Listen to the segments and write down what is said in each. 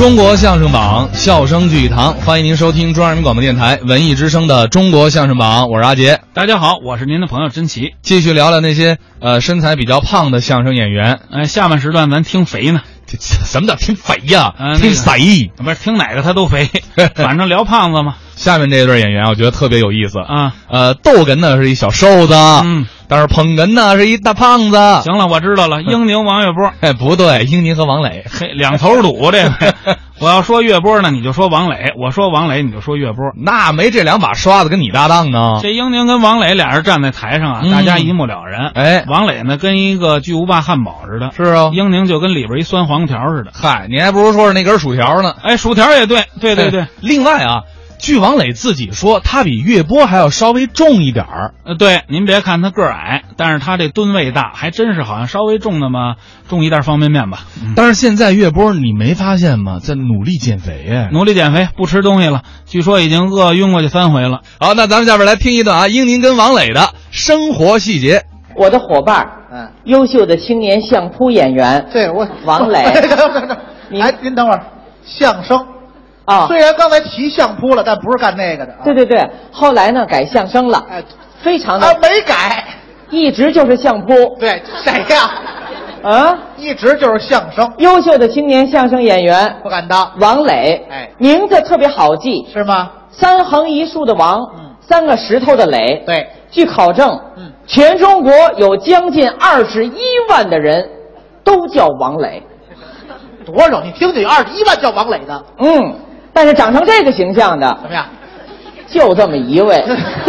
中国相声榜，笑声聚一堂，欢迎您收听中央人民广播电台文艺之声的中国相声榜，我是阿杰。 大家好，我是您的朋友甄奇。 继续聊聊那些身材比较胖的相声演员。 下半时段咱听肥呢。 什么叫听肥呀？听谁？ 不是听哪个他都肥，反正聊胖子嘛。 下面这一对演员我觉得特别有意思啊。 逗哏呢是一小瘦子，但是捧哏呢是一大胖子。 行了，我知道了，英宁、王月波。 不对，英宁和王磊， 两头堵这回。我要说月波呢，你就说王磊；我说王磊，你就说月波。 那没这两把刷子跟你搭档呢。 这英宁跟王磊俩人站在台上啊，大家一目了然。王磊呢跟一个巨无霸汉堡似的， 是啊。 英宁就跟里边一酸黄条似的。 嗨，你还不如说是那根薯条呢。 薯条也对，对。 另外啊，据王磊自己说，他比月波还要稍微重一点儿。 对，您别看他个儿矮，但是他这吨位大，还真是好像稍微重那么重一袋方便面吧。 但是现在月波你没发现吗？在努力减肥哎， 努力减肥，不吃东西了，据说已经饿晕过去3回了。 好，那咱们下边来听一段啊，英宁跟王磊的生活细节。 我的伙伴，优秀的青年相扑演员，王磊。 您等会儿，相声。虽然刚才提相扑了，但不是干那个的。 对，后来呢改相声了，非常的没改， 一直就是相扑。 对，谁呀？一直就是相声。 优秀的青年相声演员， 不敢当。 王磊，名字特别好记， 是吗 ？3横1竖的王，3个石头的磊。 对， 据考证，全中国有将近21万的人都叫王磊。 多少？你听听，有21万叫王磊的。 但是长成这个形象的怎么样？ 就这么一位。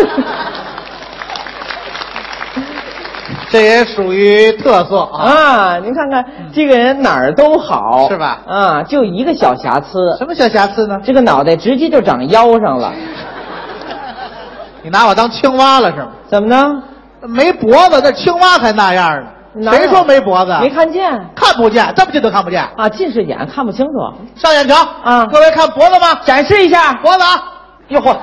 这也属于特色啊！您看看这个人哪儿都好， 是吧？ 就一个小瑕疵。 什么小瑕疵呢？ 这个脑袋直接就长腰上了。 你拿我当青蛙了是吗？ 怎么呢？ 没脖子，那青蛙才那样呢。谁说没脖子？ 没看见？ 看不见，这么近都看不见啊！近视眼看不清楚。 上眼瞧啊！各位看脖子吗？ 展示一下脖子啊！ 哟嚯！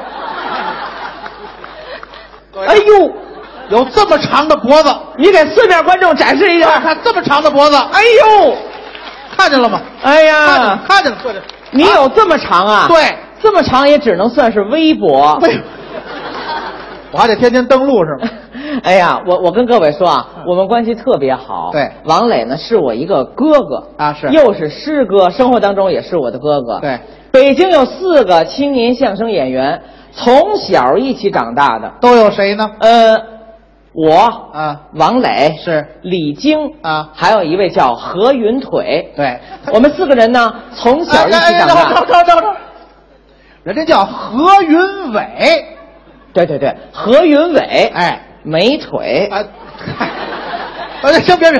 哎呦， 有这么长的脖子！ 你给四面观众展示一下， 看这么长的脖子！ 哎呦， 看见了吗？ 哎呀， 看见了， 你有这么长啊？ 对， 这么长也只能算是微博。 我还得天天登录是吗？ 哎呀，我跟各位说啊，我们关系特别好。 对， 王磊呢是我一个哥哥啊，是， 又是师哥，生活当中也是我的哥哥。 对， 北京有4个青年相声演员，从小一起长大的， 都有谁呢？ 我王磊是， 李菁还有一位叫何云腿。 对， 我们4个人呢从小一起长大。 等，人家叫何云伟。 对，何云伟，没腿。 行，别，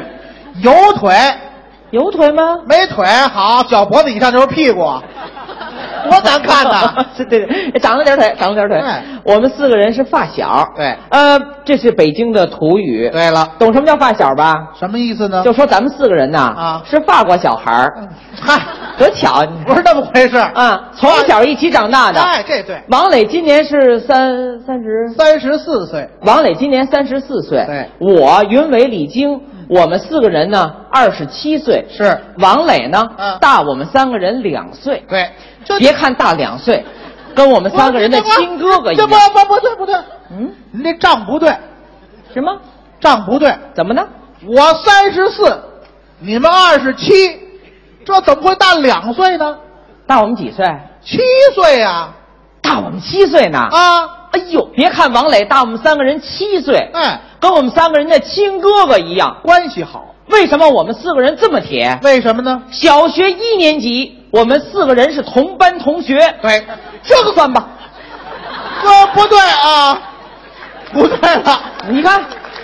有腿吗？没腿，好，脚脖子以上就是屁股，多难看呐！ 对，长了点腿。我们4个人是发小。 对， 这是北京的土语。 对了， 懂什么叫发小吧？ 什么意思呢？ 就说咱们4个人呐，是法国小孩儿。 嗨， 多巧， 不是那么回事啊！从小一起长大的。 这对。 王磊今年是34 岁。 王磊今年34岁。 对， 我云伟、李菁。我们4个人呢27岁， 是王磊呢大我们3个人2岁。 对， 别看大2岁，跟我们3个人的亲哥哥一样。 不对，您这账不对。 什么账不对？ 怎么呢？ 我34，你们27，这怎么会大2岁呢？ 大我们几岁 ？7岁呀。 大我们7岁呢？哎呦，别看王磊大我们3个人7岁，跟我们3个人的亲哥哥一样， 关系好。 为什么我们4个人这么铁？ 为什么呢？ 小学1年级，我们4个人是同班同学。 对， 这个算吧。 这不对啊，不对了。 你看，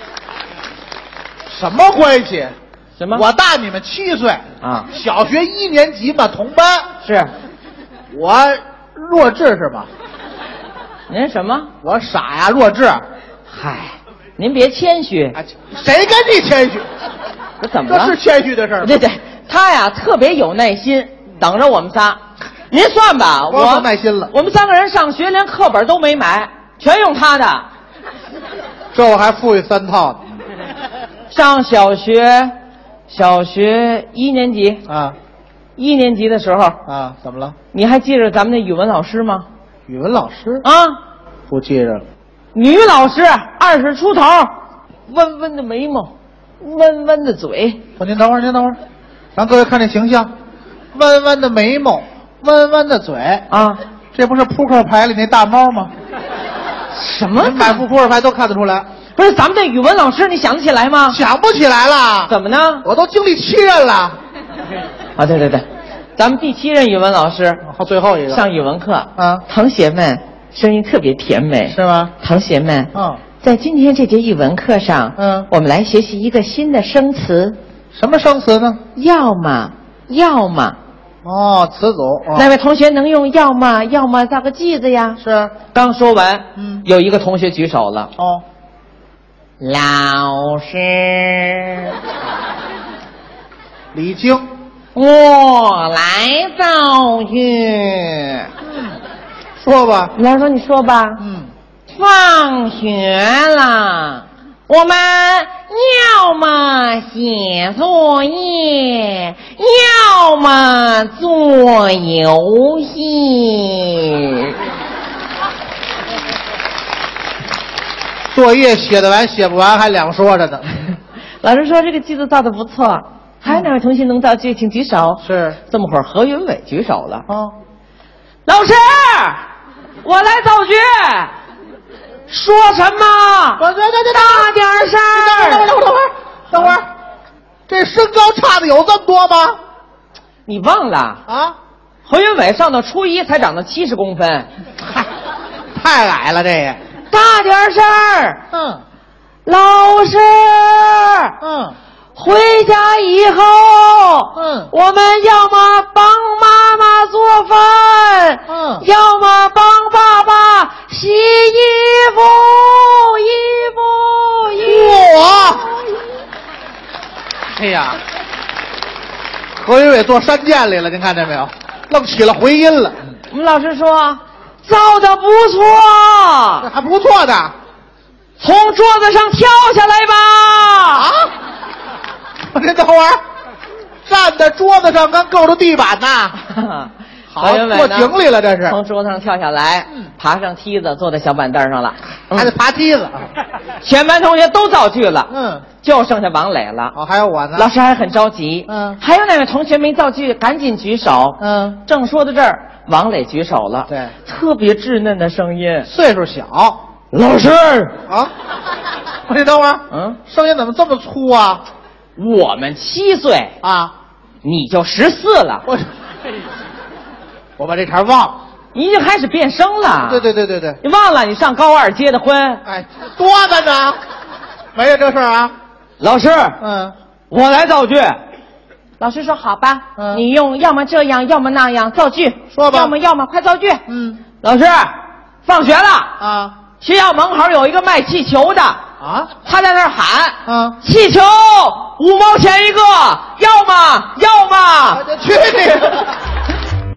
什么关系？ 什么？ 我大你们7岁啊， 小学1年级嘛，同班。 是， 我弱智是吗？ 您什么？ 我傻呀，弱智。 嗨，您别谦虚。 谁跟你谦虚？ 这怎么了？ 这是谦虚的事儿。 对，他呀特别有耐心，等着我们仨。您算吧， 我有耐心了。 我们3个人上学连课本都没买，全用他的。 这我还富裕3套呢。 上小学1年级啊， 1年级的时候啊，怎么了？ 你还记着咱们那语文老师吗？ 语文老师啊， 不记着了。 女老师，20出头，温温的眉毛，温温的嘴。 您等会儿，让各位看这形象，温温的眉毛，温温的嘴啊， 这不是扑克牌里那大猫吗？ 什么？ 买副扑克牌都看得出来。 不是咱们的语文老师，你想得起来吗？ 想不起来了。 怎么呢？ 我都经历7任了。 啊，对，咱们第7任语文老师， 最后一个上语文课啊， 同学们声音特别甜美， 是吗？ 同学们，在今天这节语文课上，我们来学习一个新的生词。 什么生词呢？ 要么。 哦，词组。 那位同学能用要么造个句子呀？ 是。 刚说完，有一个同学举手了。 哦， 老师， 李菁， 我来造句。 说吧。 老师说，你说吧。放学了，我们要么写作业，要么做游戏。 作业写得完写不完还两说着呢。 老师说这个句子造的不错，还有哪位同学能造句请举手。 是。 这么会儿何云伟举手了。 老师，我来造句。说什么？大点声。 等会儿，这身高差的有这么多吗？ 你忘了啊？何云伟上到初1才长到70公分， 太矮了这也。 大点声。老师。回家以后，我们要么帮妈妈做饭，要么帮爸爸洗衣服。 哎呀，何云伟做山涧里了，您看见没有？愣起了回音了。 我们老师说造的不错， 这还不错的。 从桌子上跳下来吧。 啊！您等会儿，站在桌子上刚够着地板呢。好，坐井里了这是。 从桌子上跳下来，爬上梯子，坐在小板凳上了， 还得爬梯子。 全班同学都造句了，就剩下王磊了。 还有我呢。 老师还很着急，还有哪位同学没造句？赶紧举手。正说到这儿，王磊举手了。 对， 特别稚嫩的声音， 岁数小。 老师啊，你等会儿，声音怎么这么粗啊？ 我们7岁啊， 你就14了。 我把这茬忘了， 你已经开始变声了。 对， 你忘了你上高2结的婚？ 哎，多的呢，没有这事儿啊。 老师，我来造句。老师说好吧，你用要么这样，要么那样造句。 说吧。 要么，快造句。老师，放学了啊， 学校门口有一个卖气球的啊， 他在那儿喊气球5毛钱一个，要吗？ 去你的！